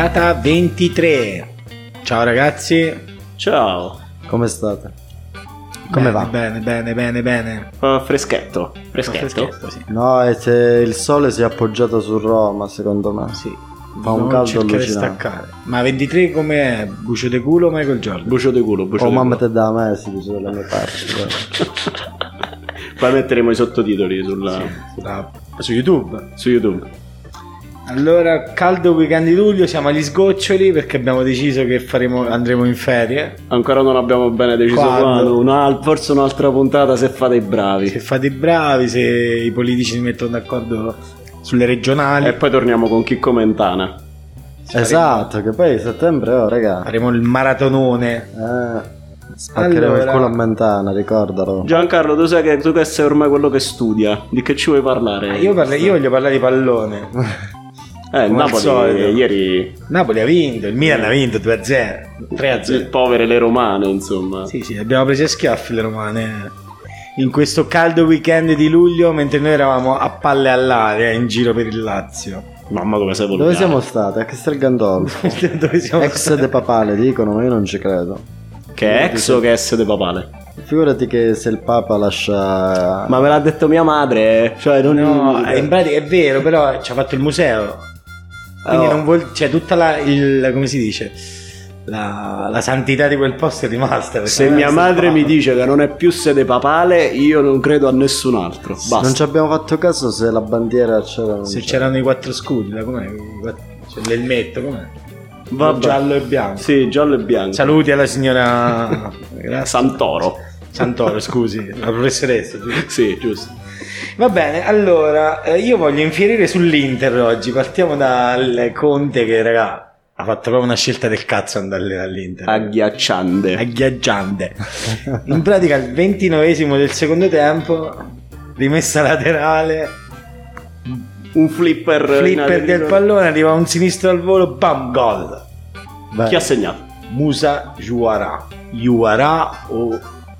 puntata 23. Ciao ragazzi. Ciao. Come state? Come va? Bene. Freschetto. Sì. No, il sole si è appoggiato su Roma, secondo me. Sì. Fa un caldo allucinante. Staccare. Ma 23 com'è? Bucio de culo o Michael Jordan? Bucio de culo. Mamma te da me, si dice dalle mie parti. Poi metteremo i sottotitoli su YouTube. su YouTube. Allora, caldo weekend di luglio, siamo agli sgoccioli perché abbiamo deciso che andremo in ferie. Ancora non abbiamo bene deciso quando. Forse un'altra puntata se fate i bravi. Se fate i bravi, se i politici si mettono d'accordo sulle regionali. E poi torniamo con Chicco Mentana. Esatto, che poi settembre, raga. Faremo il maratonone. Spaccheremo il culo a Mentana, ricordalo. Giancarlo, tu sai che tu che sei ormai quello che studia. Di che ci vuoi parlare? Io voglio parlare di pallone. Napoli ieri. Napoli ha vinto, il Milan ha vinto 2-0, 3-0. Povere le romane, insomma. Sì, abbiamo preso a schiaffi le romane in questo caldo weekend di luglio, mentre noi eravamo a palle all'aria in giro per il Lazio. Mamma, dove sei voluto? Dove siamo stati? A Castel Gandolfo. Ex de Papale dicono, ma io non ci credo. Che è ex o che è sede papale? Figurati che se il Papa lascia. Ma me l'ha detto mia madre. Cioè non in pratica è vero, però ci ha fatto il museo. Quindi non vuol, cioè tutta come si dice, la santità di quel posto è rimasta. Se mia madre mi dice che non è più sede papale, io non credo a nessun altro. Basta. Non ci abbiamo fatto caso se la bandiera c'era. Se c'erano i 4 scudi, com'è? Cioè, l'elmetto, com'è? Vabbè. Giallo e bianco. Sì, giallo e bianco. Saluti alla signora Santoro, scusi, la professoressa, giusto? Sì, giusto. Va bene, allora io voglio infierire sull'Inter oggi. Partiamo dal Conte che, raga, ha fatto proprio una scelta del cazzo andare all'Inter. Agghiacciante. In pratica al 29esimo del secondo tempo, rimessa laterale, un flipper del pallone, arriva un sinistro al volo, bam, gol. Beh. Chi ha segnato? Musa Juara o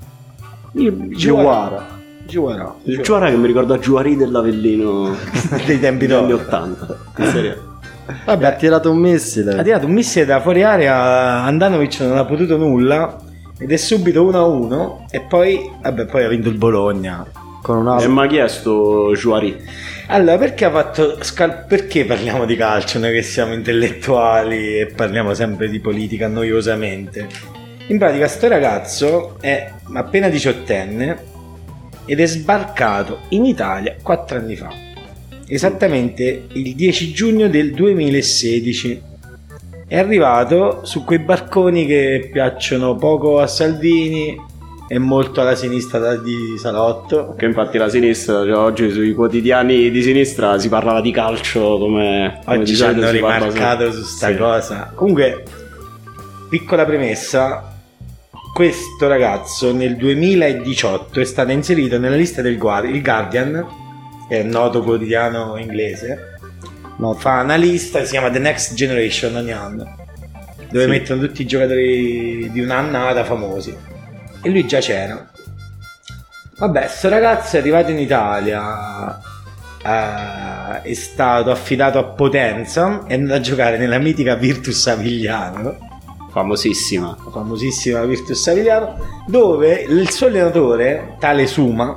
Giuara che mi ricorda Giuari dell'Avellino dei tempi degli anni d'oro. 80. In serie. Vabbè, ha tirato un missile. Da fuori area. Andanovic non ha potuto nulla ed è subito 1-1 e poi ha vinto il Bologna con un altro. E ma chi è sto Giuari? Allora, perché parliamo di calcio noi che siamo intellettuali e parliamo sempre di politica noiosamente? In pratica sto ragazzo è appena 18enne ed è sbarcato in Italia 4 anni fa, esattamente il 10 giugno del 2016. È arrivato su quei barconi che piacciono poco a Salvini e molto alla sinistra di Salotto. Che infatti la sinistra, cioè, oggi sui quotidiani di sinistra si parlava di calcio come oggi ci hanno rimarcato su sta cosa. Comunque, piccola premessa. Questo ragazzo nel 2018 è stato inserito nella lista del Guardian, che è un noto quotidiano inglese. Fa una lista, si chiama The Next Generation ogni anno, dove mettono tutti i giocatori di un'annata famosi. E lui già c'era. Vabbè, sto ragazzo è arrivato in Italia, è stato affidato a Potenza, è andato a giocare nella mitica Virtus Avigliano. famosissima Virtus Savigliano, dove il suo allenatore, tale Suma,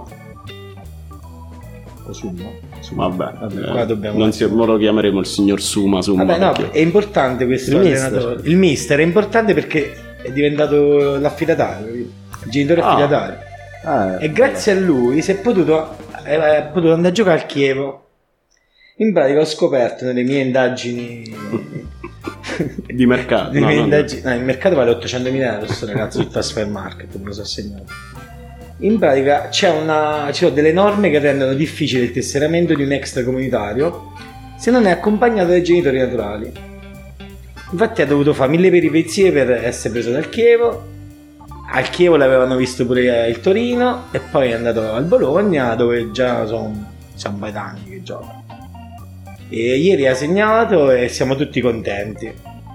vabbè, qua dobbiamo non lo chiameremo il signor Suma. Vabbè, no, è importante questo allenatore. Il mister è importante perché è diventato l'affidatario, il genitore affidatario. E grazie a lui si è potuto andare a giocare al Chievo. In pratica ho scoperto nelle mie indagini di mercato. Il mercato vale 800.000 euro questo ragazzo di Transfer Market, me lo so segnato. In pratica ci sono delle norme che rendono difficile il tesseramento di un extracomunitario se non è accompagnato dai genitori naturali. Infatti ha dovuto fare 1000 peripezie per essere preso dal Chievo. Al Chievo l'avevano visto pure il Torino e poi è andato al Bologna, dove già sono un paio d'anni che gioca. E ieri ha segnato e siamo tutti contenti.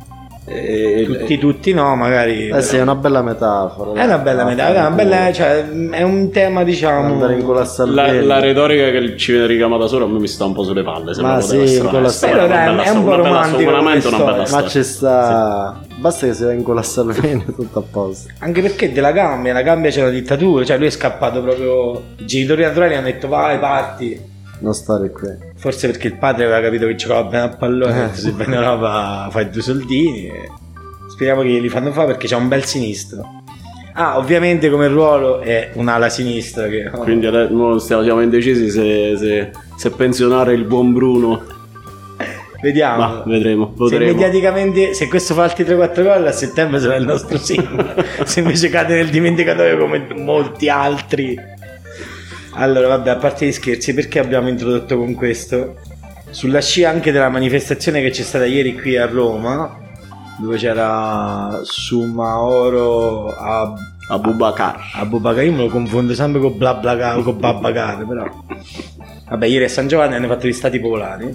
tutti no, magari. Sì, è una bella metafora. È una bella metafora, cioè, è un tema, diciamo. La retorica che ci viene ricamata solo a me mi sta un po' sulle palle. Ma sì, però è un po' romantico. Ma ci sta. Basta che si va in con la Salvini, tutto a posto. Anche perché la Gambia c'è la dittatura, cioè lui è scappato proprio. I genitori naturali hanno detto vai, parti. Non stare qui. Forse perché il padre aveva capito che giocava bene a pallone, se vai in Europa fai 2 soldini. Speriamo che li fanno fare perché c'è un bel sinistro. Ovviamente come ruolo è un'ala sinistra che... Quindi adesso siamo indecisi se pensionare il buon Bruno. Vediamo. Ma vedremo. Se mediaticamente, se questo fa altri 3-4 gol a settembre sarà il nostro simbolo. Se invece cade nel dimenticatoio come molti altri. Allora, vabbè, a parte gli scherzi, perché abbiamo introdotto con questo? Sulla scia anche della manifestazione che c'è stata ieri qui a Roma, dove c'era Sumaoro Abubakar. Io me lo confondo sempre con BlaBlaCar, con Babbacar, però. Vabbè, ieri a San Giovanni hanno fatto gli stati popolari,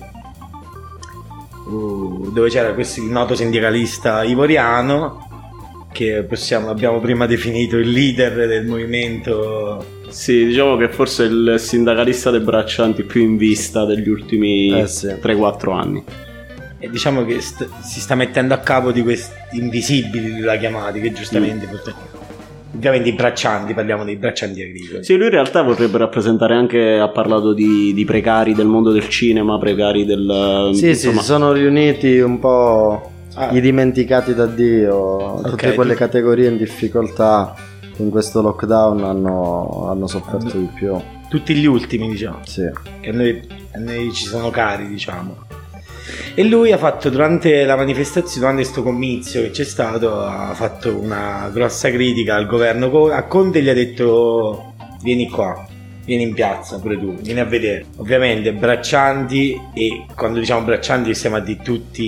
dove c'era questo noto sindacalista ivoriano, che abbiamo prima definito il leader del movimento. Sì, diciamo che forse è il sindacalista dei braccianti più in vista degli ultimi 3-4 anni. E diciamo che si sta mettendo a capo di questi invisibili, la chiamati, che giustamente ovviamente i braccianti, parliamo dei braccianti agricoli. Sì, lui in realtà vorrebbe rappresentare anche, ha parlato di precari del mondo del cinema, precari del... Sì, insomma. Sì, si sono riuniti un po' i dimenticati da Dio, tutte quelle categorie in difficoltà che in questo lockdown hanno sofferto di più. Tutti gli ultimi, diciamo. Sì. Che a noi ci sono cari, diciamo. E lui ha fatto durante la manifestazione, durante questo comizio che c'è stato, ha fatto una grossa critica al governo, a Conte gli ha detto vieni qua, vieni in piazza pure tu, vieni a vedere. Ovviamente braccianti, e quando diciamo braccianti stiamo a dire tutti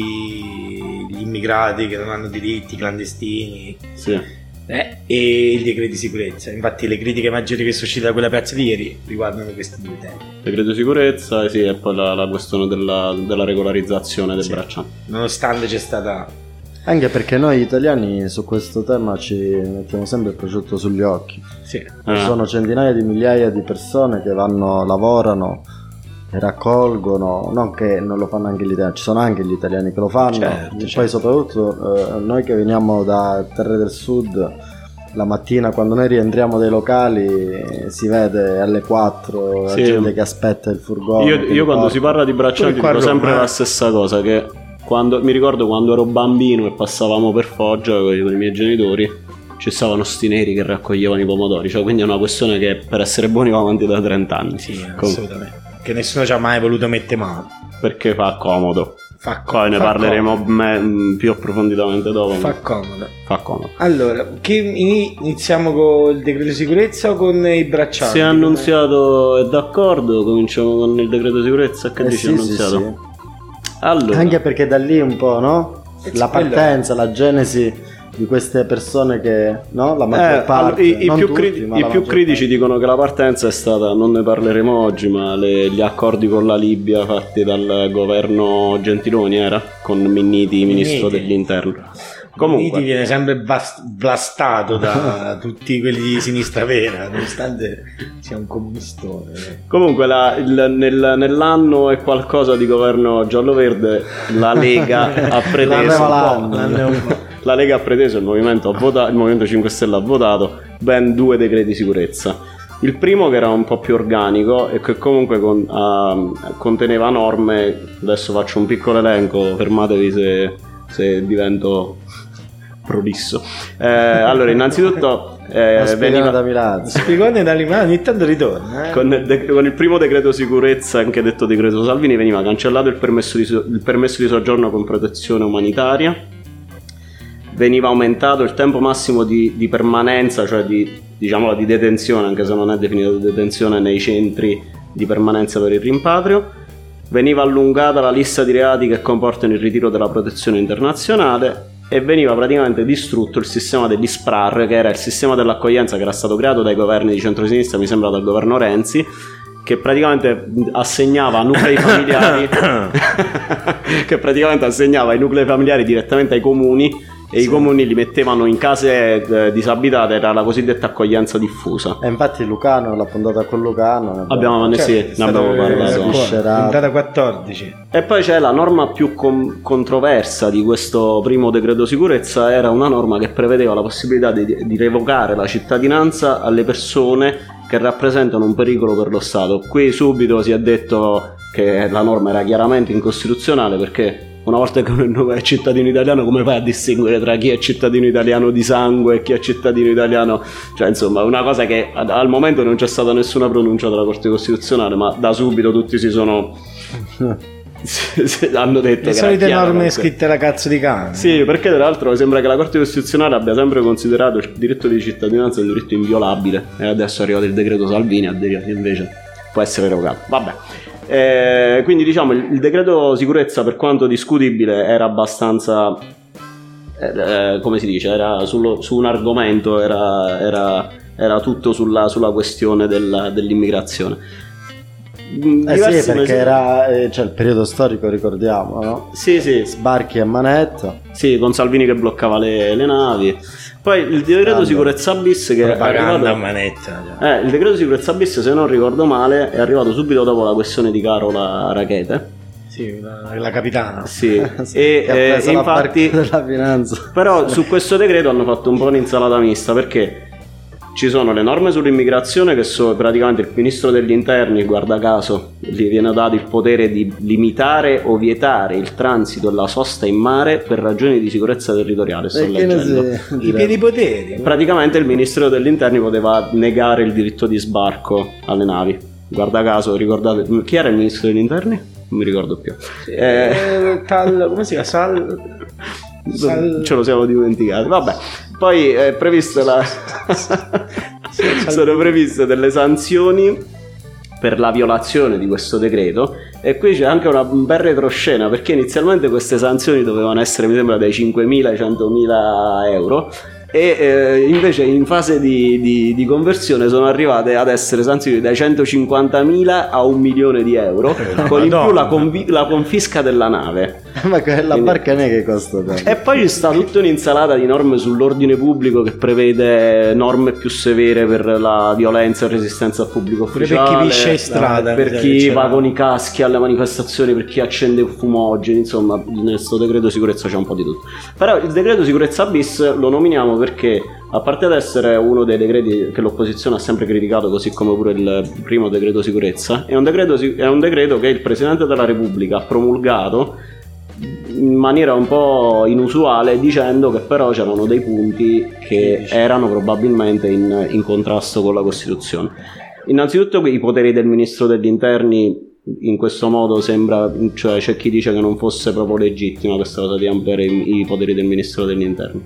gli immigrati che non hanno diritti, clandestini. Sì. E il decreto di sicurezza. Infatti le critiche maggiori che sono uscite da quella piazza di ieri riguardano questi 2 temi. Decreto di sicurezza e poi la questione della regolarizzazione del bracciante. Nonostante c'è stata... Anche perché noi italiani su questo tema ci mettiamo sempre il prosciutto sugli occhi. Sì. Sono centinaia di migliaia di persone che lavorano e raccolgono, non che non lo fanno anche gli italiani, ci sono anche gli italiani che lo fanno, certo. Soprattutto noi che veniamo da terre del sud, la mattina quando noi rientriamo dai locali si vede alle 4 la gente che aspetta il furgone. Io quando si parla di braccianti dico sempre la stessa cosa, che mi ricordo quando ero bambino e passavamo per Foggia con i miei genitori, ci stavano sti neri che raccoglievano i pomodori, cioè quindi è una questione che per essere buoni va avanti da 30 anni. Sì, assolutamente. Che nessuno ci ha mai voluto mettere mano. Perché fa comodo. Poi ne parleremo più approfonditamente dopo. Fa comodo. Allora, iniziamo con il decreto di sicurezza o con i braccianti? Si è annunziato, è d'accordo, cominciamo con il decreto di sicurezza. Che dici annunziato? Sì. Allora. Anche perché da lì un po', no? La partenza, la genesi di queste persone che, no? La maggior parte, i più critici dicono che la partenza è stata, non ne parleremo oggi, ma gli accordi con la Libia fatti dal governo Gentiloni, era? Con Minniti, ministro degli interni. Comunque Minniti viene sempre blastato da tutti quelli di sinistra vera, nonostante sia un comunistone. Comunque nell'anno e qualcosa di governo giallo-verde la Lega ha preteso la Lega ha preteso, il Movimento 5 Stelle ha votato ben 2 decreti di sicurezza. Il primo, che era un po' più organico e che comunque conteneva norme, adesso faccio un piccolo elenco, fermatevi se divento prolisso. Allora, innanzitutto veniva da Milano. Spiegone da Milano, ogni tanto ritorna. Con il primo decreto sicurezza, anche detto decreto Salvini, veniva cancellato il permesso di soggiorno con protezione umanitaria. Veniva aumentato il tempo massimo di permanenza, cioè di detenzione, anche se non è definito di detenzione, nei centri di permanenza per il rimpatrio. Veniva allungata la lista di reati che comportano il ritiro della protezione internazionale e veniva praticamente distrutto il sistema degli SPRAR, che era il sistema dell'accoglienza che era stato creato dai governi di centrosinistra, mi sembra dal governo Renzi, che praticamente assegnava nuclei familiari i nuclei familiari direttamente ai comuni, e i comuni li mettevano in case disabitate, era la cosiddetta accoglienza diffusa. E infatti Lucano, la puntata con Lucano, ne abbiamo parlato. Puntata 14. E poi c'è la norma più controversa di questo primo decreto sicurezza, era una norma che prevedeva la possibilità di revocare la cittadinanza alle persone che rappresentano un pericolo per lo Stato. Qui subito si è detto che la norma era chiaramente incostituzionale, perché una volta che uno è cittadino italiano, come fai a distinguere tra chi è cittadino italiano di sangue e chi è cittadino italiano? Cioè, insomma, una cosa che al momento non c'è stata nessuna pronuncia della Corte Costituzionale, ma da subito tutti si sono hanno detto le solite norme scritte da cazzo di cane. Sì, perché tra l'altro sembra che la Corte Costituzionale abbia sempre considerato il diritto di cittadinanza un diritto inviolabile, e adesso è arrivato il decreto Salvini a dire che invece può essere revocato. Vabbè. Quindi diciamo il decreto sicurezza, per quanto discutibile, era abbastanza come si dice, era su un argomento, era tutto sulla questione dell'immigrazione. Sì, perché era cioè il periodo storico, ricordiamo, no? Sì. Sbarchi a manetta. Sì, con Salvini che bloccava le navi. Poi il decreto sicurezza bis, che è arrivato a manetta. Il decreto sicurezza bis, se non ricordo male, è arrivato subito dopo la questione di Carola Rackete. Sì, la capitana. Sì, e infatti della finanza. Però su questo decreto hanno fatto un po' un'insalata mista, perché ci sono le norme sull'immigrazione, che sono praticamente il ministro degli interni, guarda caso, gli viene dato il potere di limitare o vietare il transito e la sosta in mare per ragioni di sicurezza territoriale. Sto leggendo i pieni poteri. Praticamente il ministro degli interni poteva negare il diritto di sbarco alle navi. Guarda caso, ricordate chi era il ministro degli interni? Non mi ricordo più. Come si chiama? Ce lo siamo dimenticati. Vabbè, poi è previsto sono previste delle sanzioni per la violazione di questo decreto, e qui c'è anche una bella retroscena, perché inizialmente queste sanzioni dovevano essere, mi sembra, dai 5.000 ai 100.000 euro, e invece in fase di conversione sono arrivate ad essere sanzioni dai 150.000 a 1 milione di euro, con in più la confisca della nave. Ma la barca non è che costa tanto. E poi ci sta tutta un'insalata di norme sull'ordine pubblico, che prevede norme più severe per la violenza e resistenza al pubblico ufficiale, per chi piscia in strada, per chi va con i caschi alle manifestazioni, per chi accende fumogeni. Insomma, nel questo decreto sicurezza c'è un po' di tutto. Però il decreto sicurezza bis lo nominiamo perché, a parte ad essere uno dei decreti che l'opposizione ha sempre criticato, così come pure il primo decreto sicurezza, è un decreto che il Presidente della Repubblica ha promulgato in maniera un po' inusuale, dicendo che però c'erano dei punti che erano probabilmente in contrasto con la Costituzione. Innanzitutto i poteri del Ministro degli Interni, in questo modo sembra, cioè c'è chi dice che non fosse proprio legittima questa cosa di ampliare i poteri del Ministro degli Interni.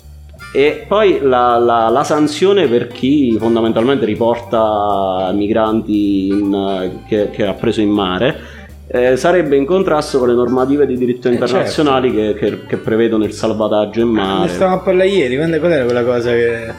E poi la sanzione per chi fondamentalmente riporta migranti che ha preso in mare sarebbe in contrasto con le normative di diritto internazionali, certo, che prevedono il salvataggio in mare. Ne stavamo a parlare ieri, qual era quella cosa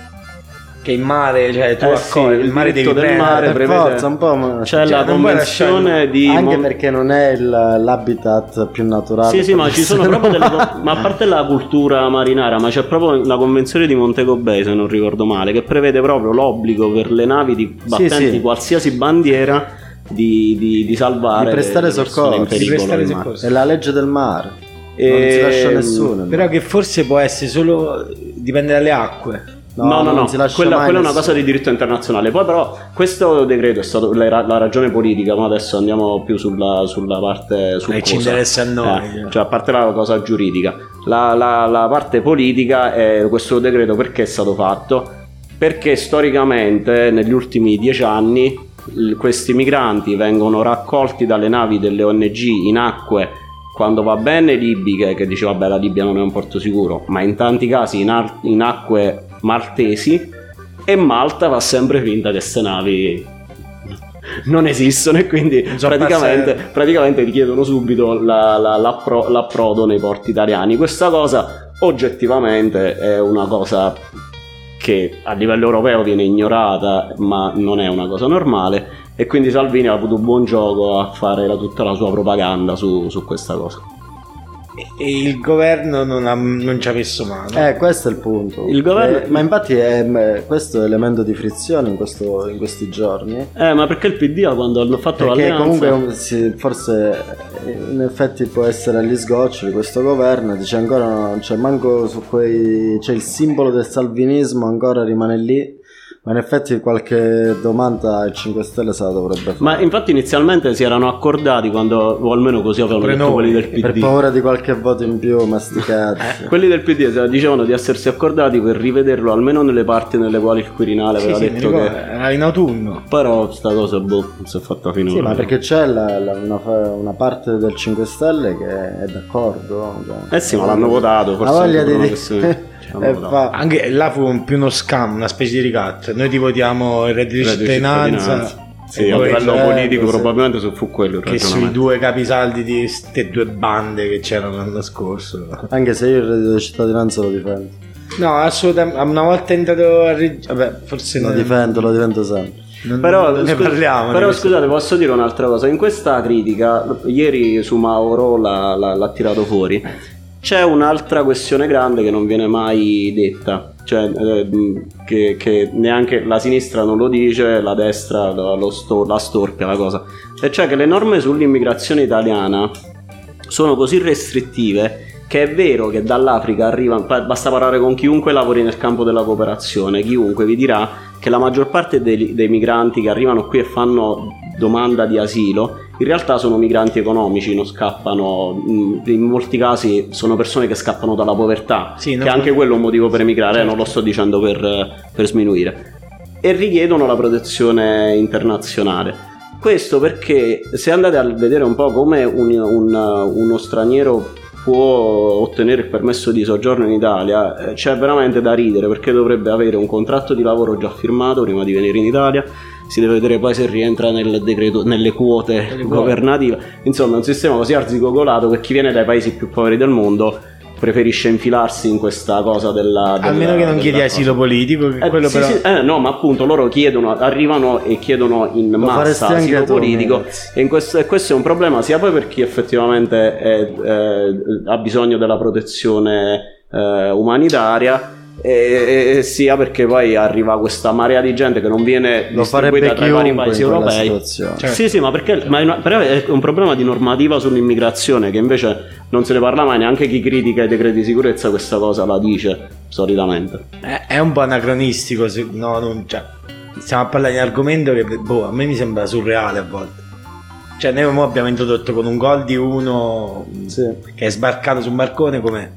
che in mare, cioè tu accogli il mare devi del mare, per forza un po', c'è la convenzione di anche perché non è l'habitat più naturale. Sì, ma ci sono proprio ma a parte la cultura marinara, ma c'è proprio la convenzione di Montego Bay, se non ricordo male, che prevede proprio l'obbligo per le navi battenti qualsiasi bandiera di salvare, di prestare soccorso, è la legge del mare, non si lascia nessuno. Però che forse può essere solo, dipende dalle acque. No, quella è una cosa di diritto internazionale. Poi però questo decreto è stato la ragione politica, ma adesso andiamo più sulla parte ci interessa a noi, cioè a parte la cosa giuridica, la parte politica è questo decreto perché è stato fatto, perché storicamente negli ultimi 10 anni questi migranti vengono raccolti dalle navi delle ONG in acque, quando va bene, libiche, che dice vabbè la Libia non è un porto sicuro, ma in tanti casi in acque maltesi, e Malta fa sempre finta che queste navi non esistono, e quindi praticamente richiedono subito l'approdo nei porti italiani. Questa cosa oggettivamente è una cosa che a livello europeo viene ignorata, ma non è una cosa normale, e quindi Salvini ha avuto buon gioco a fare tutta la sua propaganda su questa cosa. E il governo non ci ha messo mano. Questo è il punto. Il governo... ma infatti questo è elemento di frizione in questi giorni. Ma perché il PD quando hanno fatto l'alleanza... comunque forse in effetti può essere agli sgoccioli questo governo, dice ancora non c'è manco su c'è il simbolo del salvinismo, ancora rimane lì. Ma in effetti qualche domanda il 5 Stelle se la dovrebbe fare. Ma infatti inizialmente si erano accordati o almeno così avevano detto quelli del PD. Per paura di qualche voto in più masticati. Quelli del PD dicevano di essersi accordati per rivederlo almeno nelle parti nelle quali il Quirinale aveva detto che... era in autunno. Però sta cosa non si è fatta finora. Sì, ma perché c'è una parte del 5 Stelle che è d'accordo. Sì, ma l'hanno votato. Forse la voglia di... Anche là fu più uno scam, una specie di ricatto. Noi ti votiamo il reddito di cittadinanza. Sì, a livello politico probabilmente fu quello che sui 2 capisaldi di queste 2 bande che c'erano l'anno scorso. Anche se io il reddito di cittadinanza lo difendo. No, assolutamente. Una volta entrato a vabbè, forse lo difendo sempre. Però scusate, posso dire un'altra cosa. In questa critica, ieri su Mauro l'ha tirato fuori. C'è un'altra questione grande che non viene mai detta, cioè che neanche la sinistra non lo dice, la destra la storpia la cosa, e cioè che le norme sull'immigrazione italiana sono così restrittive che è vero che dall'Africa arriva, basta parlare con chiunque lavori nel campo della cooperazione, chiunque vi dirà che la maggior parte dei migranti che arrivano qui e fanno domanda di asilo in realtà sono migranti economici, non scappano, in molti casi sono persone che scappano dalla povertà, che è anche quello un motivo per emigrare, certo. Non lo sto dicendo per sminuire, e richiedono la protezione internazionale. Questo perché se andate a vedere un po' come uno straniero può ottenere il permesso di soggiorno in Italia, c'è veramente da ridere, perché dovrebbe avere un contratto di lavoro già firmato prima di venire in Italia, si deve vedere poi se rientra nel decreto, nelle quote governative, insomma un sistema così arzigogolato che chi viene dai paesi più poveri del mondo preferisce infilarsi in questa cosa almeno che non chiedi asilo politico, quello sì, però... sì, no, ma appunto loro arrivano e chiedono in massa asilo politico, e questo è un problema sia poi per chi effettivamente ha bisogno della protezione umanitaria, e sia perché poi arriva questa marea di gente che non viene distribuita tra i vari paesi europei. Certo. Sì, ma però è un problema di normativa sull'immigrazione che invece non se ne parla mai, neanche chi critica i decreti di sicurezza questa cosa la dice solitamente. È un po' anacronistico, stiamo a parlare di un argomento che a me mi sembra surreale a volte. Cioè noi abbiamo introdotto con un gol di uno che è sbarcato su un barcone come...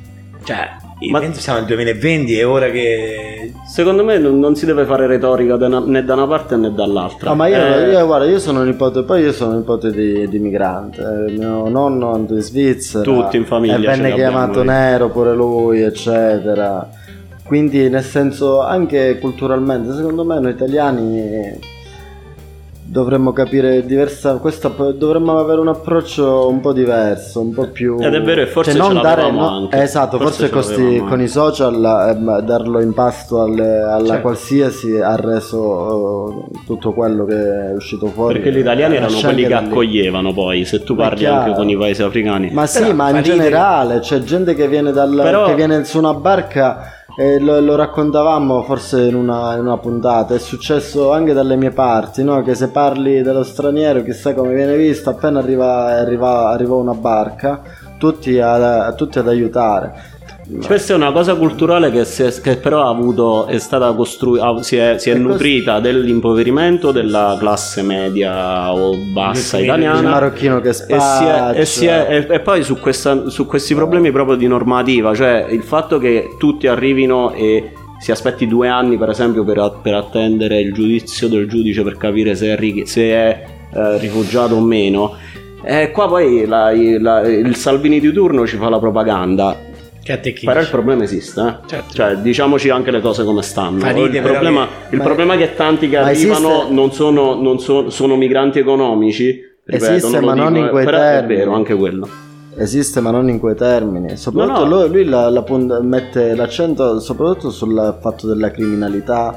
Ma siamo nel 2020, è ora che... Secondo me non si deve fare retorica né da una parte né dall'altra. Ma guarda, io sono nipote di migrante, mio nonno è in Svizzera, tutti in famiglia venne chiamato nero pure lui, eccetera. Quindi nel senso, anche culturalmente, secondo me noi italiani dovremmo capire dovremmo avere un approccio un po' diverso, un po' più, ed è vero, e forse non ce l'avevamo anche. Esatto, forse con i social darlo in pasto alla qualsiasi ha reso tutto quello che è uscito fuori, perché gli italiani erano quelli che accoglievano, poi se tu parli anche con i paesi africani, ma sì, ma in generale c'è gente che viene che viene su una barca. Lo raccontavamo forse in una puntata, è successo anche dalle mie parti, no? Che se parli dello straniero chissà come viene visto, appena arriva una barca tutti ad aiutare. Questa è una cosa culturale che però è stata costruita, si è nutrita dell'impoverimento della classe media o bassa italiana, il marocchino che spaccia, e poi su questi problemi proprio di normativa, cioè il fatto che tutti arrivino e si aspetti 2 anni per esempio per attendere il giudizio del giudice per capire se è rifugiato o meno, qua poi il Salvini di turno ci fa la propaganda. Però il problema esiste, certo. Cioè diciamoci anche le cose come stanno. Il problema è che tanti che arrivano non sono migranti economici, ripeto, esiste, ma non in quei però termini. È vero anche quello. Esiste, ma non in quei termini. Soprattutto lui mette l'accento soprattutto sul fatto della criminalità,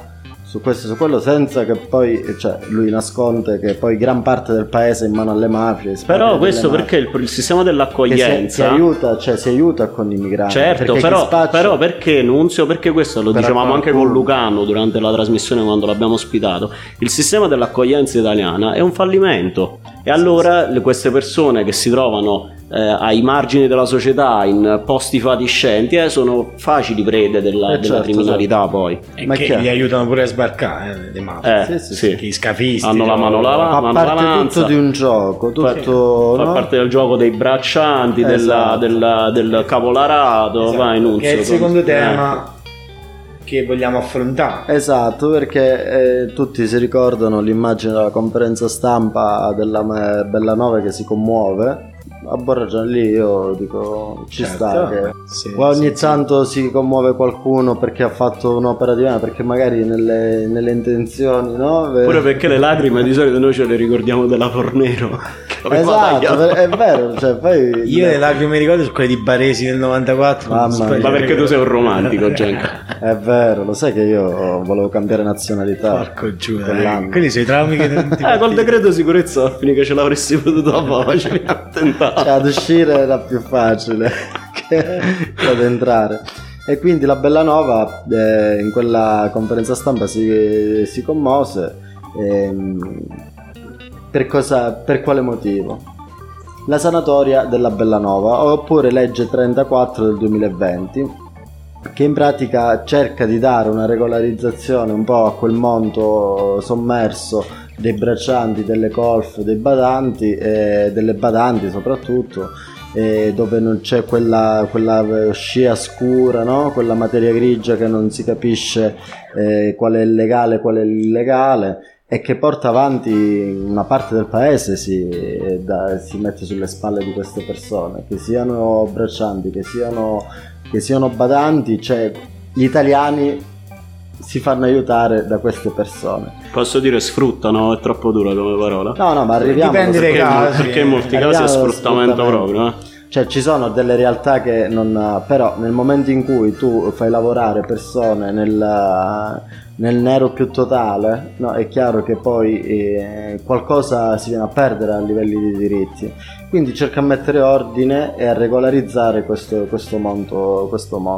su questo e su quello, senza che poi, cioè, lui nasconde che poi gran parte del paese è in mano alle mafie. Però questo perché il sistema dell'accoglienza si aiuta con gli immigrati. Certo, però perché Nunzio? Perché questo lo dicevamo anche con Lucano durante la trasmissione quando l'abbiamo ospitato. Il sistema dell'accoglienza italiana è un fallimento, e allora queste persone che si trovano ai margini della società, in posti fatiscenti, sono facili prede della criminalità, poi. E che li aiutano pure a sbarcare le mafie. Sì. Gli scafisti hanno la mano a parte tutto di un gioco, tutto fa parte del gioco dei braccianti, del cavolarato. Vai, Nunzio, che è il secondo tema che vogliamo affrontare. Esatto, perché tutti si ricordano l'immagine della conferenza stampa della Bellanova che si commuove. A Borgia lì io dico ci sta che ogni tanto si commuove qualcuno perché ha fatto un'opera divina, perché magari nelle intenzioni, no? Pure perché le lacrime di solito noi ce le ricordiamo della Fornero. Esatto, è vero, cioè, poi io le lacrime ricordo sono quelle di Baresi del 94. Ma perché tu sei un romantico, Genco. È vero, lo sai che io volevo cambiare nazionalità. Porco giù, quelli sei traumi che non ti col decreto sicurezza finché ce l'avresti potuto fare, ce li ha tentato. Cioè, ad uscire era più facile che ad entrare. E quindi la Bellanova in quella conferenza stampa si commose. Per quale motivo? La sanatoria della Bellanova, oppure legge 34 del 2020, che in pratica cerca di dare una regolarizzazione un po' a quel mondo sommerso dei braccianti, delle colf, dei badanti, delle badanti soprattutto, dove non c'è quella scia scura, no? Quella materia grigia che non si capisce qual è il legale e qual è l'illegale, e che porta avanti una parte del paese, si mette sulle spalle di queste persone, che siano braccianti, che siano badanti, cioè gli italiani si fanno aiutare da queste persone. Posso dire sfruttano, è troppo dura come parola? No, ma arriviamo, dipende dai casi, perché in molti casi è sfruttamento proprio. Cioè ci sono delle realtà che non, però nel momento in cui tu fai lavorare persone nel nero più totale, no, è chiaro che poi qualcosa si viene a perdere a livelli di diritti. Quindi cerca di mettere ordine e a regolarizzare questo mondo.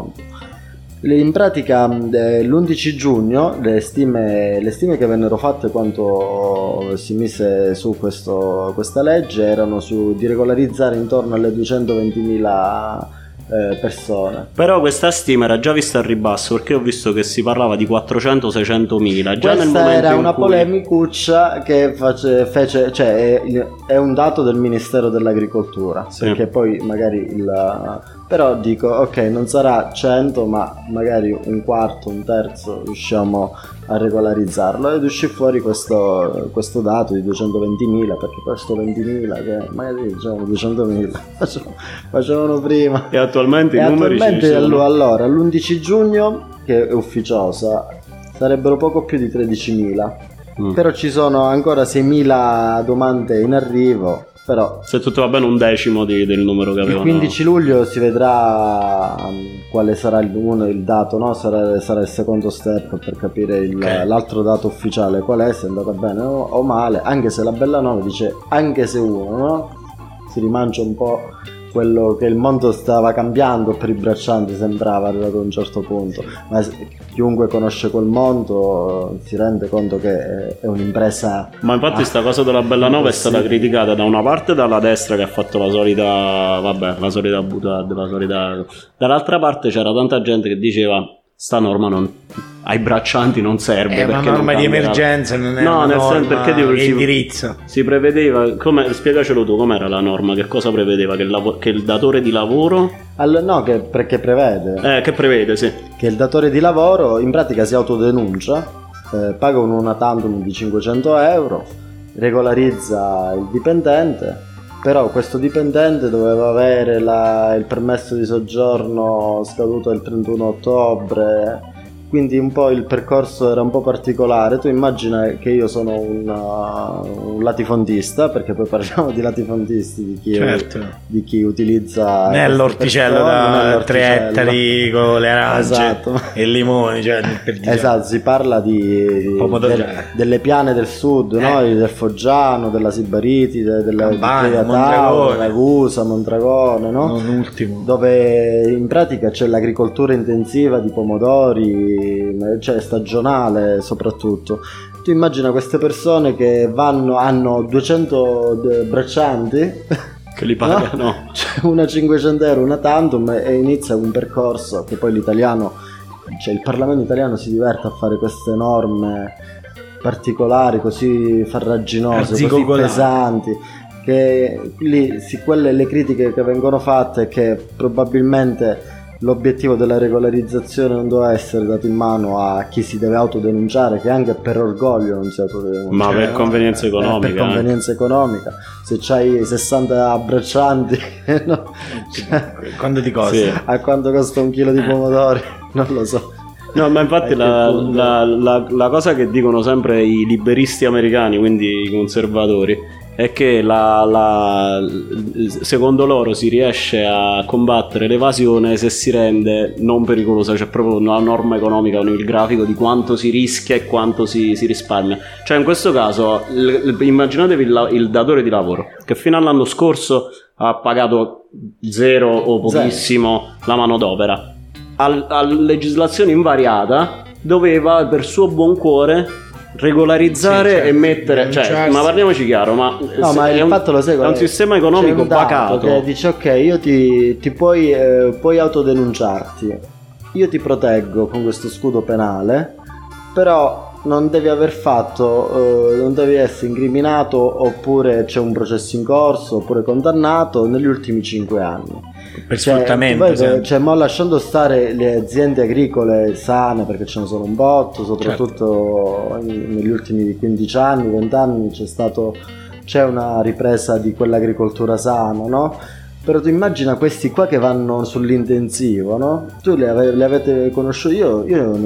In pratica l'11 giugno le stime che vennero fatte quando si mise su questa legge erano di regolarizzare intorno alle 220.000 persone. Però questa stima era già vista al ribasso, perché ho visto che si parlava di 400-600.000 già. Questa era una polemicuccia che fece, cioè è un dato del Ministero dell'Agricoltura, perché poi magari però dico ok, non sarà 100, ma magari un quarto, un terzo riusciamo a regolarizzarlo, ed uscì fuori questo dato di 220.000, perché questo 20.000 che magari dicevano 200.000 facevano prima, e attualmente i numeri allora l'11 giugno, che è ufficiosa, sarebbero poco più di 13.000, però ci sono ancora 6.000 domande in arrivo. Però se tutto va bene, un decimo del numero che avevano. Il 15 luglio si vedrà quale sarà il dato, no? Sarà il secondo step per capire l'altro dato ufficiale qual è, se è andata bene o male, anche se la Bellanova dice anche se uno, no? Si rimancia un po' quello che il mondo stava cambiando per i braccianti, sembrava arrivato a un certo punto, ma chiunque conosce quel mondo si rende conto che è un'impresa. Ma infatti sta cosa della Bellanova è stata criticata da una parte dalla destra, che ha fatto la solita buttata, dall'altra parte c'era tanta gente che diceva sta norma ai braccianti non serve, è perché una norma di emergenza, non è una norma perché di indirizzo. Si prevedeva, spiegacelo tu, com'era la norma, che cosa prevedeva? Che il datore di lavoro perché prevede che prevede, sì, che il datore di lavoro in pratica si autodenuncia, paga una tantum di 500 euro, regolarizza il dipendente. Però questo dipendente doveva avere il permesso di soggiorno scaduto il 31 ottobre, quindi un po' il percorso era un po' particolare. Tu immagina che io sono un un latifondista, perché poi parliamo di latifondisti, di chi utilizza l'orticello da 3 ettari con le arance e i limoni, esatto, si parla delle piane del sud, no? Del Foggiano, della Sibariti, della Ragusa, Mondragone, no? Non ultimo, dove in pratica c'è l'agricoltura intensiva di pomodori, cioè stagionale soprattutto. Tu immagina queste persone che hanno 200 braccianti che li pagano, no? Cioè una 500 euro, una tantum, e inizia un percorso che poi l'italiano, cioè il Parlamento italiano si diverte a fare queste norme particolari, così farraginose, così pesanti, che lì quelle le critiche che vengono fatte è che probabilmente l'obiettivo della regolarizzazione non doveva essere dato in mano a chi si deve autodenunciare, che anche per orgoglio non si autodenuncia, ma per convenienza economica. Per convenienza economica. Se c'hai 60 abbraccianti, no? Quando ti costa? Sì. A quanto costa un chilo di pomodori? Non lo so. No, ma infatti la cosa che dicono sempre i liberisti americani, quindi i conservatori, è che secondo loro si riesce a combattere l'evasione se si rende non pericolosa, c'è proprio una norma economica con il grafico di quanto si rischia e quanto si risparmia. Cioè in questo caso immaginatevi il datore di lavoro che fino all'anno scorso ha pagato 0 o pochissimo la manodopera, a legislazione invariata doveva per suo buon cuore regolarizzare e mettere, cioè, ma parliamoci chiaro, ma il fatto lo sai, è un sistema economico bacato che dice ok, io ti puoi autodenunciarti, io ti proteggo con questo scudo penale, però non devi aver fatto, non devi essere incriminato, oppure c'è un processo in corso, oppure condannato negli ultimi 5 anni. Per sfruttamento, ma lasciando stare le aziende agricole sane, perché ce ne sono un botto, soprattutto negli ultimi 15 anni, 20 anni c'è una ripresa di quell'agricoltura sana, no? Però tu immagina questi qua che vanno sull'intensivo, no? Tu li avete conosciuti, io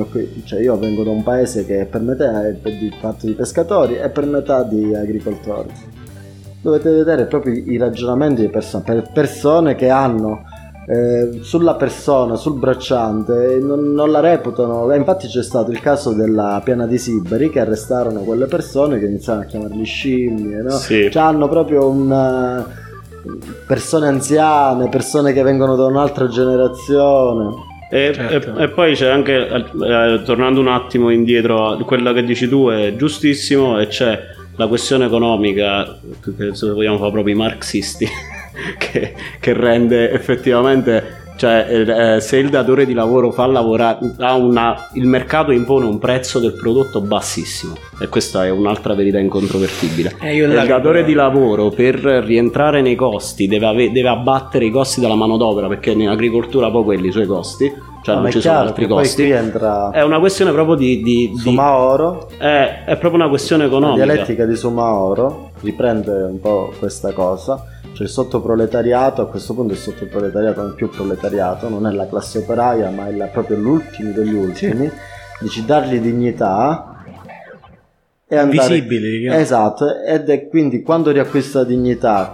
vengo da un paese che per metà è fatto di pescatori e per metà di agricoltori. Dovete vedere proprio i ragionamenti di persone che hanno sulla persona, sul bracciante, non la reputano. Infatti c'è stato il caso della piana di Sibari, che arrestarono quelle persone che iniziarono a chiamarli scimmie, no? Sì. Cioè hanno proprio persone anziane, persone che vengono da un'altra generazione. E poi c'è anche, tornando un attimo indietro, quello che dici tu è giustissimo, e c'è la questione economica, che se vogliamo fare proprio i marxisti, che rende effettivamente, cioè se il datore di lavoro fa lavorare, il mercato impone un prezzo del prodotto bassissimo, e questa è un'altra verità incontrovertibile. Il datore di lavoro, per rientrare nei costi, deve abbattere i costi della manodopera, perché in agricoltura poi quelli suoi costi, cioè non ci sono altri costi. È una questione proprio di Soumahoro. È proprio una questione economica. La dialettica di Soumahoro riprende un po' questa cosa. Cioè il sottoproletariato, a questo punto il sottoproletariato non è più proletariato, non è la classe operaia, ma è proprio l'ultimo degli ultimi. Dici dargli dignità e andare visibili. Esatto, ed è quindi quando riacquista dignità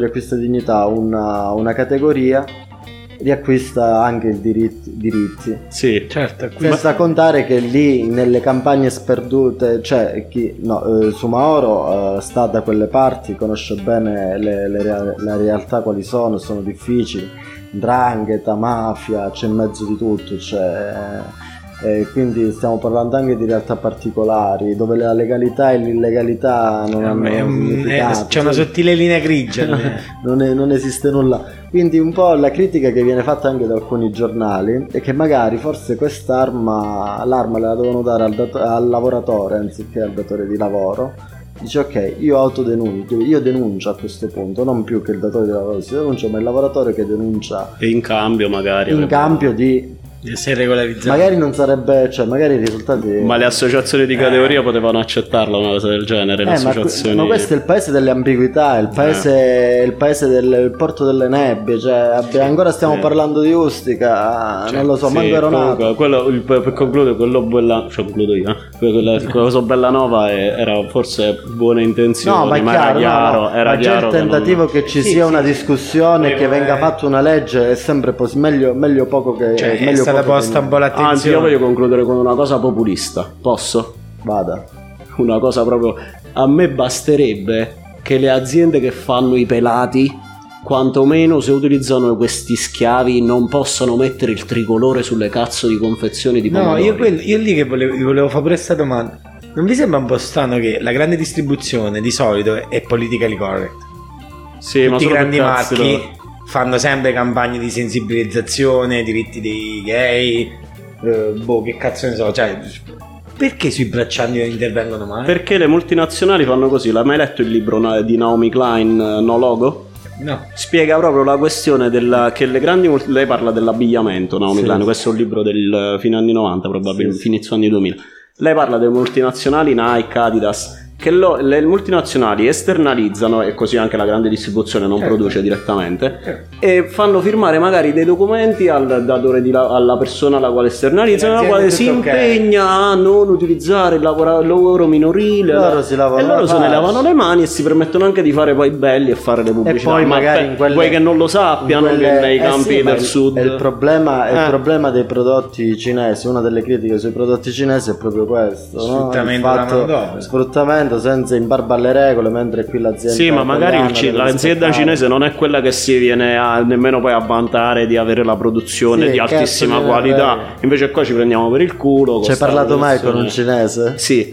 una categoria, riacquista anche i diritti. Sì, certo. Senza contare che lì nelle campagne sperdute, cioè Soumahoro sta da quelle parti, conosce bene le realtà quali sono difficili, 'ndrangheta, mafia, c'è in mezzo di tutto, quindi stiamo parlando anche di realtà particolari dove la legalità e l'illegalità non hanno significato, c'è una sottile linea grigia. non esiste nulla. Quindi un po' la critica che viene fatta anche da alcuni giornali è che magari forse l'arma la devono dare al lavoratore anziché al datore di lavoro. Dice ok, io denuncio a questo punto, non più che il datore di lavoro si denuncia, ma il lavoratore che denuncia, e in cambio magari di si è regolarizzato. Magari non sarebbe, cioè magari i risultati. Ma le associazioni di categoria potevano accettarla una cosa del genere. Le associazioni... ma questo è il paese delle ambiguità, il paese del porto delle nebbie. Cioè, ancora stiamo parlando di Ustica, non lo so, manco ero nato. Per concludere, quella cosa Bellanova era forse buone intenzioni, no, ma era chiaro. Era già il tentativo che ci sia una discussione, che venga fatta una legge, è sempre meglio poco che. Cioè, meglio è stata posta un po' l'attenzione. Anzi, io voglio concludere con una cosa populista. Posso? Vada. Una cosa proprio. A me basterebbe che le aziende che fanno i pelati, quantomeno se utilizzano questi schiavi, non possono mettere il tricolore sulle cazzo di confezioni di pomodori. No, io lì che volevo fare pure questa domanda. Non vi sembra un po' strano che la grande distribuzione di solito è politically correct? Sì, tutti i grandi marchi fanno sempre campagne di sensibilizzazione, diritti dei gay, che cazzo ne so, cioè perché sui braccianti non intervengono mai? Perché le multinazionali fanno così. L'hai mai letto il libro di Naomi Klein, No Logo? No. Spiega proprio la questione che le grandi lei parla dell'abbigliamento, Naomi Klein, questo è un libro del fine anni 90 probabilmente, inizio anni 2000. Lei parla delle multinazionali Nike, Adidas, che le multinazionali esternalizzano, e così anche la grande distribuzione non produce direttamente, e fanno firmare magari dei documenti al datore alla persona alla quale esternalizzano, la quale si impegna a non utilizzare il lavoro minorile, e loro se ne lavano le mani e si permettono anche di fare poi belli e fare le pubblicità. E poi magari vuoi che non lo sappiano che nei campi del sud. Il problema dei prodotti cinesi, una delle critiche sui prodotti cinesi è proprio questo, sfruttamento senza in barba alle regole, mentre qui l'azienda. Sì, ma magari l'azienda cinese non è quella che si viene nemmeno poi a vantare di avere la produzione di altissima qualità. Invece qua ci prendiamo per il culo. Ci hai parlato mai con un cinese? Sì.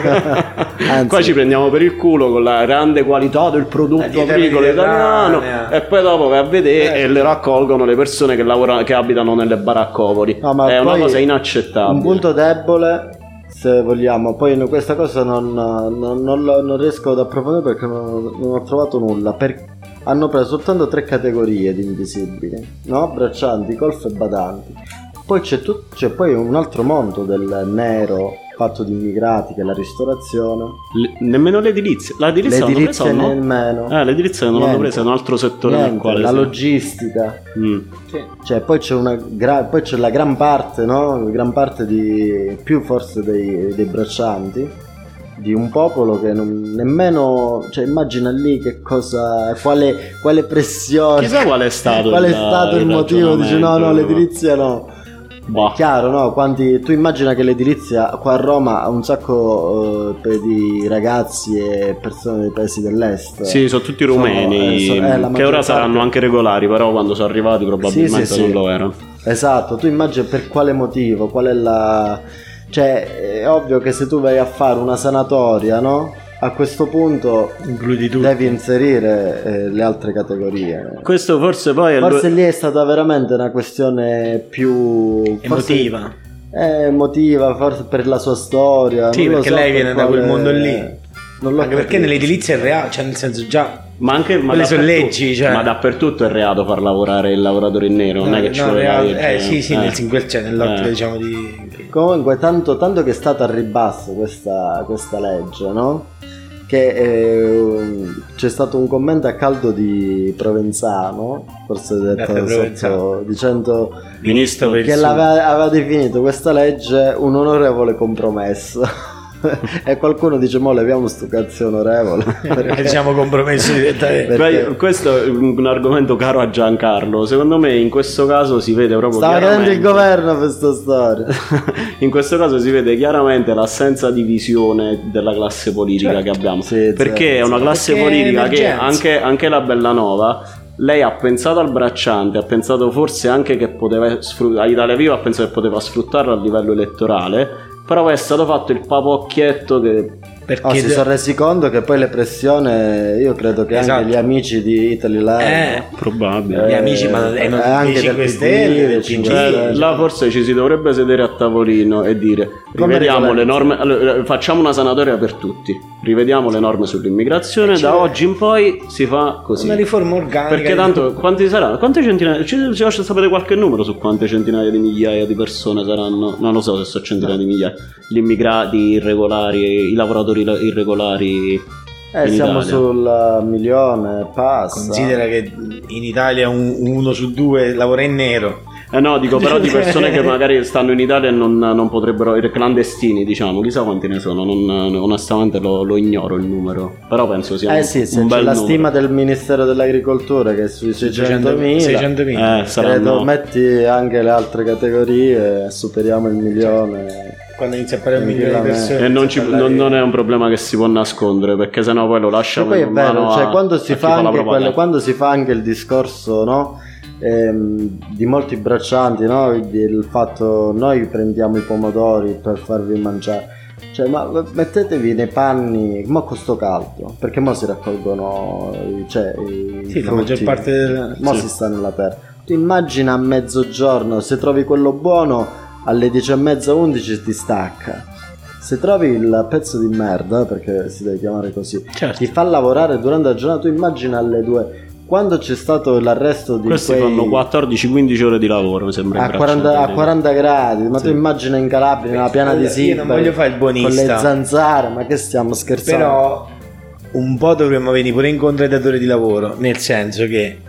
Qua ci prendiamo per il culo con la grande qualità del prodotto agricolo italiano, e poi dopo vai a vedere e le raccolgono le persone che abitano nelle baraccopoli. No, è una cosa inaccettabile. Un punto debole, se vogliamo, poi questa cosa non riesco ad approfondire perché non ho trovato nulla. Hanno preso soltanto 3 categorie di invisibili, no? Braccianti, colf e badanti. Poi c'è poi un altro mondo del nero fatto di immigrati, che è la ristorazione. Nemmeno l'edilizia. L'edilizia nemmeno. L'edilizia non l'hanno presa, è un altro settore nel quale la logistica. Sì. Cioè poi c'è la gran parte, no? Gran parte di più forse dei braccianti di un popolo che non nemmeno, cioè immagina lì che cosa, quale pressione. Chissà qual è stato il motivo. Dice no, l'edilizia no. È chiaro, no? Tu immagina che l'edilizia qua a Roma ha un sacco di ragazzi e persone dei paesi dell'est. Sì, sono tutti rumeni, che ora saranno anche regolari, però quando sono arrivati probabilmente non lo erano. Esatto, tu immagini per quale motivo, qual è la... Cioè, è ovvio che se tu vai a fare una sanatoria, no? A questo punto devi inserire le altre categorie. Questo forse poi lì è stata veramente una questione più emotiva. Emotiva, forse per la sua storia. Sì, perché lei viene da quel mondo lì. Anche perché nell'edilizia è reato, cioè nel senso già. Ma anche quelle sono leggi, cioè. Ma dappertutto è reato far lavorare il lavoratore in nero, non è che ci vuole sì, nell'ottica diciamo di. Comunque tanto che è stata a ribasso questa legge, no? Che c'è stato un commento a caldo di Provenzano, forse detto sotto, dicendo Ministro che aveva definito questa legge un onorevole compromesso. E qualcuno dice mo leviamo sto cazzo onorevole perché diciamo compromesso direttamente. Questo è un argomento caro a Giancarlo. Secondo me in questo caso si vede proprio stava chiaramente il governo per questa storia. In questo caso si vede chiaramente l'assenza di visione della classe politica che abbiamo, perché è una classe politica che anche la Bellanova, lei ha pensato al bracciante, ha pensato forse anche che poteva Italia Viva ha pensato che poteva sfruttarlo a livello elettorale, però è stato fatto il papocchietto che perché si sono resi conto che poi le pressioni, io credo che anche gli amici di Italy Live, probabile, gli amici, ma anche del 5 Stelle, là forse ci si dovrebbe sedere a tavolino e dire rivediamo le norme, allora, facciamo una sanatoria per tutti, rivediamo le norme sull'immigrazione, da oggi in poi si fa così, una riforma organica, perché tanto quanti saranno, quante centinaia, sapete qualche numero su quante centinaia di migliaia di persone saranno? Non lo so se sono centinaia di migliaia gli immigrati irregolari, i lavoratori irregolari. Siamo sul 1.000.000, passa. Considera che in Italia 1 su 2 lavora in nero. No, dico però di persone che magari stanno in Italia e non potrebbero, i clandestini, diciamo, chissà quanti ne sono, onestamente lo ignoro il numero, però penso sia un bel la numero. Stima del Ministero dell'Agricoltura che è sui 600.000, credo metti anche le altre categorie e superiamo il 1.000.000. Quando inizia a parlare 1 milione di persone e non è un problema che si può nascondere, perché sennò poi lo lascia poi è vero, cioè quando si fa anche il discorso, no? Di molti braccianti, no? Il fatto noi prendiamo i pomodori per farvi mangiare, cioè ma mettetevi nei panni, ma con sto caldo, perché mo si raccolgono i la maggior parte si sta nella terra. Tu immagina a mezzogiorno, se trovi quello buono alle 10:30, 11 ti stacca. Se trovi il pezzo di merda, perché si deve chiamare così, ti fa lavorare durante la giornata. Tu immagina alle 2, quando c'è stato l'arresto di questi fanno 14-15 ore di lavoro, mi sembra, a 40 gradi, ma tu immagina in Calabria, nella piana di Sibari, io non voglio fare il buonista, con le zanzare, ma che stiamo scherzando? Però un po' dovremmo venire pure incontro ai datori di lavoro, nel senso che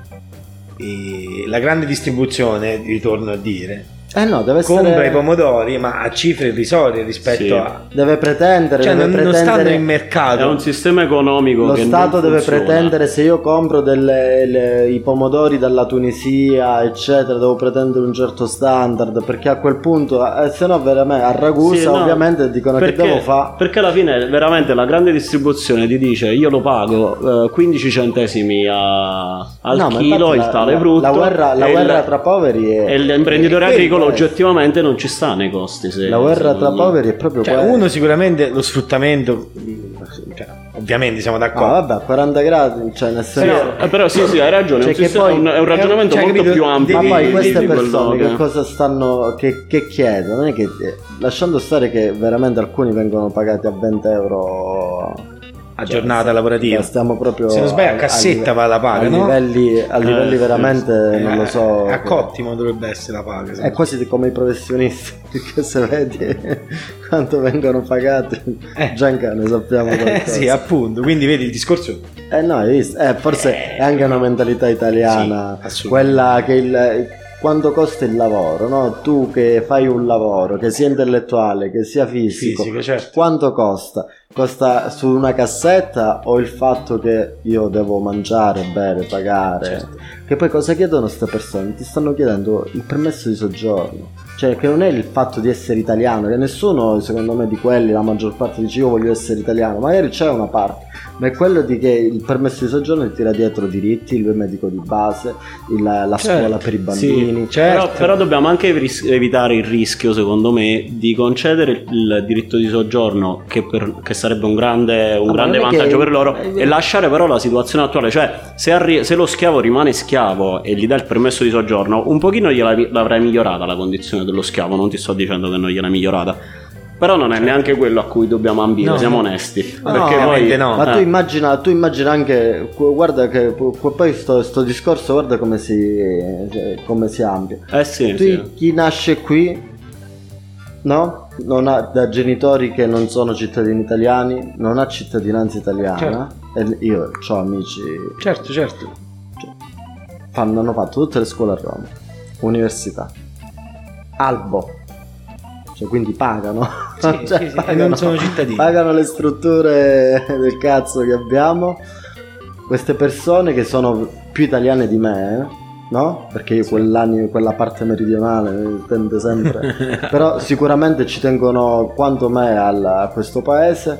la grande distribuzione, ritorno a dire, deve compra i pomodori ma a cifre irrisorie rispetto a, deve pretendere, cioè non stanno in mercato, è un sistema economico lo che Stato non deve funziona. pretendere, se io compro i pomodori dalla Tunisia eccetera, devo pretendere un certo standard, perché a quel punto se no veramente a Ragusa ovviamente dicono che devo fare, perché alla fine veramente la grande distribuzione ti dice io lo pago 15 centesimi al chilo il tale frutto, la guerra tra poveri e l'imprenditore agricolo oggettivamente non ci sta nei costi, la guerra tra poveri è proprio uno sicuramente lo sfruttamento, ovviamente siamo d'accordo, vabbè, a 40 gradi, cioè nel senso però sì hai ragione, è un ragionamento molto più ampio, ma poi queste persone che cosa stanno che chiedono, non è che, lasciando stare che veramente alcuni vengono pagati a 20 euro a giornata lavorativa, stiamo proprio, se non sbaglio a cassetta va la paga, a livelli veramente non lo so, a cottimo dovrebbe essere la paga, è quasi come i professionisti, perché se vedi quanto vengono pagati già in cane sappiamo qualcosa. Sì, appunto, quindi vedi il discorso forse è anche una mentalità italiana, quella che quanto costa il lavoro, no? Tu che fai un lavoro che sia intellettuale, che sia fisico, certo. Quanto costa? Costa su una cassetta o il fatto che io devo mangiare, bere, pagare? Certo. Che poi cosa chiedono queste persone? Ti stanno chiedendo il permesso di soggiorno, cioè che non è il fatto di essere italiano, che nessuno secondo me di quelli, la maggior parte dice io voglio essere italiano, magari c'è una parte, ma è quello di che il permesso di soggiorno ti tira dietro diritti, il medico di base, la scuola per i bambini, però dobbiamo anche evitare il rischio, secondo me, di concedere il diritto di soggiorno che sarebbe un grande vantaggio per loro, e lasciare però la situazione attuale, cioè se lo schiavo rimane schiavo e gli dà il permesso di soggiorno, un pochino l'avrai migliorata la condizione dello schiavo, non ti sto dicendo che non gliel'ha migliorata, però non è neanche quello a cui dobbiamo ambire, siamo onesti, perché poi ma tu immagina anche, guarda che poi sto discorso guarda come si amplia, chi nasce qui, no? Non ha, da genitori che non sono cittadini italiani, non ha cittadinanza italiana, e io ho amici certo hanno fatto tutte le scuole a Roma, università, albo, cioè quindi pagano, pagano, non sono cittadini, pagano le strutture del cazzo che abbiamo, queste persone che sono più italiane di me, no? Perché io quella parte meridionale tende sempre però sicuramente ci tengono quanto me a questo paese,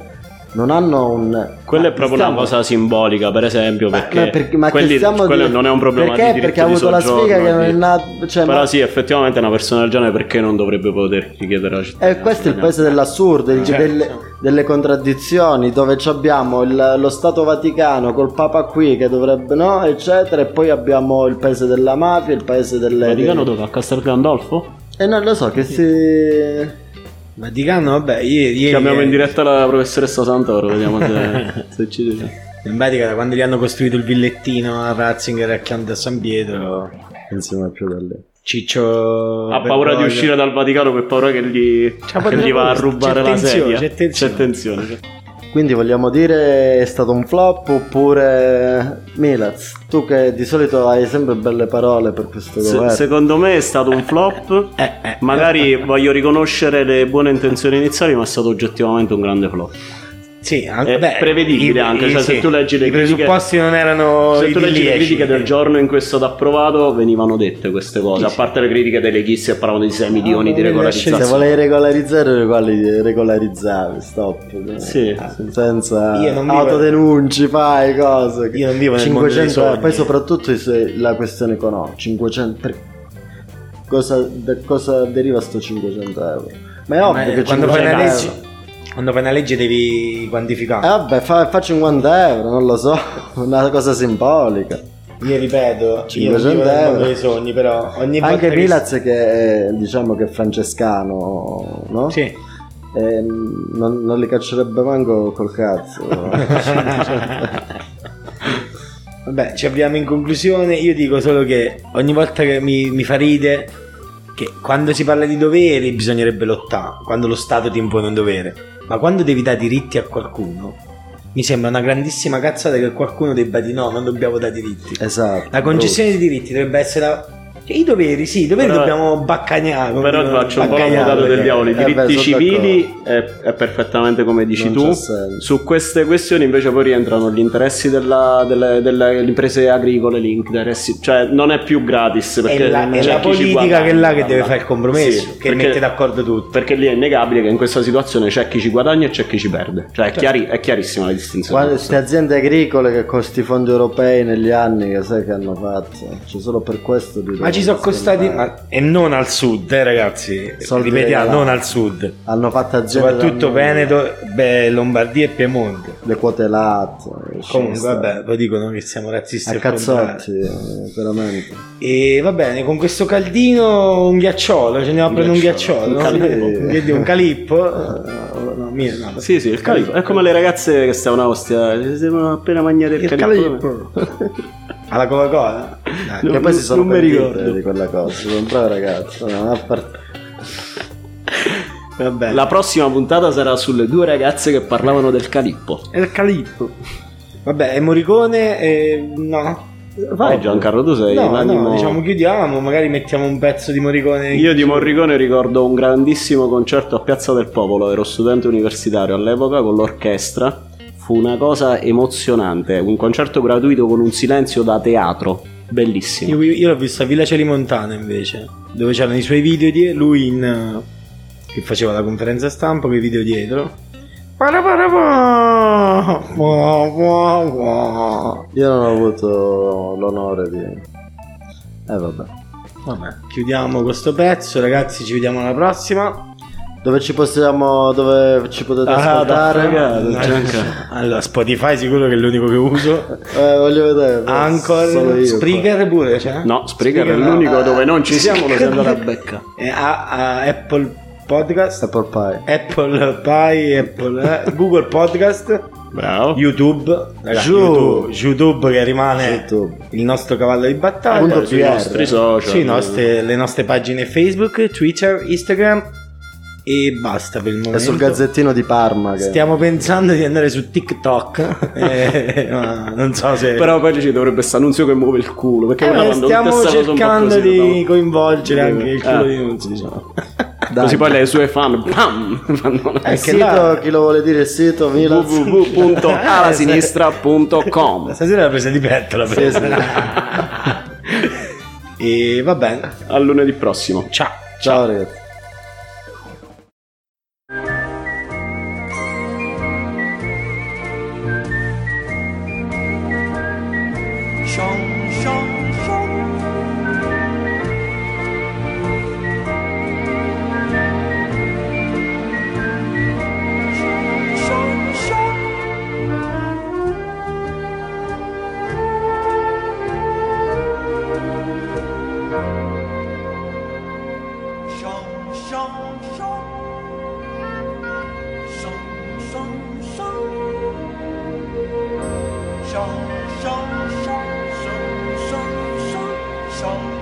non hanno un... Quella è proprio una cosa simbolica, per esempio, perché quello non è un problema di diritto perché ha avuto la sfiga che non è nato, cioè, però sì, effettivamente una persona del genere perché non dovrebbe poter richiedere la cittadinanza? Questo è il paese dell'assurdo, delle contraddizioni, dove abbiamo lo Stato Vaticano col Papa qui che dovrebbe, no, eccetera, e poi abbiamo il paese della mafia, il paese delle... Vaticano dove? A Castel Gandolfo? Non lo so, che si... Vaticano, vabbè, ieri chiamiamo in diretta la professoressa Santoro, vediamo se ci dice. In pratica, quando gli hanno costruito il villettino a Ratzinger accanto a San Pietro, insieme a più da lì, Ciccio ha paura di uscire dal Vaticano per paura che gli va a rubare la sedia. C'è tensione. Quindi vogliamo dire è stato un flop oppure Milaz? Tu che di solito hai sempre belle parole per questo governo. Secondo me è stato un flop. Magari voglio riconoscere le buone intenzioni iniziali, ma è stato oggettivamente un grande flop. Sì, prevedibile anche, cioè, se tu leggi le critiche, presupposti non erano se tu leggi le critiche del giorno in cui è stato approvato, venivano dette queste cose, a parte le critiche dei leghisti che parlavano di 6 milioni di regolarizzazione. Se volevi regolarizzare regolarizzavi, stop. Sì. Senza autodenunci, fai cose. Io non vivo nel mondo dei sogni. Poi soprattutto la questione economica, 500 da cosa deriva sto 500 euro? Ma è ovvio che quando fai una legge devi quantificare. Vabbè, fa 50 euro, non lo so, una cosa simbolica. Io ripeto, 500 euro dei sogni, però ogni volta anche Milaz che è, diciamo che è francescano, no? Sì. Non li caccerebbe manco col cazzo. Vabbè, ci avviamo in conclusione. Io dico solo che ogni volta che mi fa ride che quando si parla di doveri bisognerebbe lottare, quando lo Stato ti impone un dovere, ma quando devi dare diritti a qualcuno mi sembra una grandissima cazzata che qualcuno debba dire no, non dobbiamo dare diritti. Esatto. La concessione di diritti dovrebbe essere i doveri, sì, i doveri però, dobbiamo baccagnare. Però ti faccio un po' l'avvocato del diavolo. I diritti civili è perfettamente come dici non tu. Su queste questioni invece poi rientrano gli interessi delle imprese agricole, gli interessi, cioè non è più gratis. Perché è la politica che è là che deve fare il compromesso, sì, che mette d'accordo tutti. Perché lì è innegabile che in questa situazione c'è chi ci guadagna e c'è chi ci perde. Cioè è chiarissima la distinzione. Guarda, queste aziende agricole che con questi fondi europei negli anni che sai che hanno fatto, cioè solo per questo ma ci sono costati e non al sud, ragazzi, ripetiamo, non al sud, hanno fatto aziende soprattutto Veneto, Lombardia e Piemonte, le quote latte. Comunque vabbè, lo dicono che siamo razzisti a cazzotti, veramente. E va bene, con questo caldino un ghiacciolo, ci andiamo a prendere un ghiacciolo, un calippo. Sì, il calippo è come le ragazze che stavano a Ostia, si devono appena mangiare il calippo. Alla Coca-Cola? Che poi si sono pentite di quella cosa. Sono un bravo ragazzo. Vabbè. La prossima puntata sarà sulle due ragazze che parlavano del calippo. Il calippo. Vabbè, e Morricone? No. Vai Giancarlo, tu sei no, diciamo chiudiamo, magari mettiamo un pezzo di Morricone. Io di Morricone ricordo un grandissimo concerto a Piazza del Popolo, ero studente universitario all'epoca con l'orchestra. Fu una cosa emozionante, un concerto gratuito con un silenzio da teatro, bellissimo. Io l'ho visto a Villa Celimontana invece, dove c'erano i suoi video lui che faceva la conferenza stampa con i video dietro. Io non ho avuto l'onore di... vabbè, chiudiamo questo pezzo, ragazzi, ci vediamo alla prossima. Dove ci potete ascoltare? Allora, Spotify sicuro che è l'unico che uso. Voglio vedere. Anchor, Spreaker pure c'è? No, Spreaker è l'unico dove non ci siamo, lo si andrà a becca. Apple Podcast, Apple Pie, Google Podcast. Bravo. YouTube, ragazzi, YouTube che rimane il nostro cavallo di battaglia. Sui nostri social, le nostre pagine Facebook, Twitter, Instagram. E basta per il momento. E sul Gazzettino di Parma che... Stiamo pensando di andare su TikTok. Non so se... Però poi ci dovrebbe essere Annunzio che muove il culo, perché stiamo cercando di coinvolgere anche il culo di Nunzio, diciamo. Così poi le sue fan il sito, chi lo vuole dire il sito? www.alasinistra.com. Stasera l'ha presa di petto la presa. E va bene, a lunedì prossimo. Ciao ragazzi. 上上上上上上上上。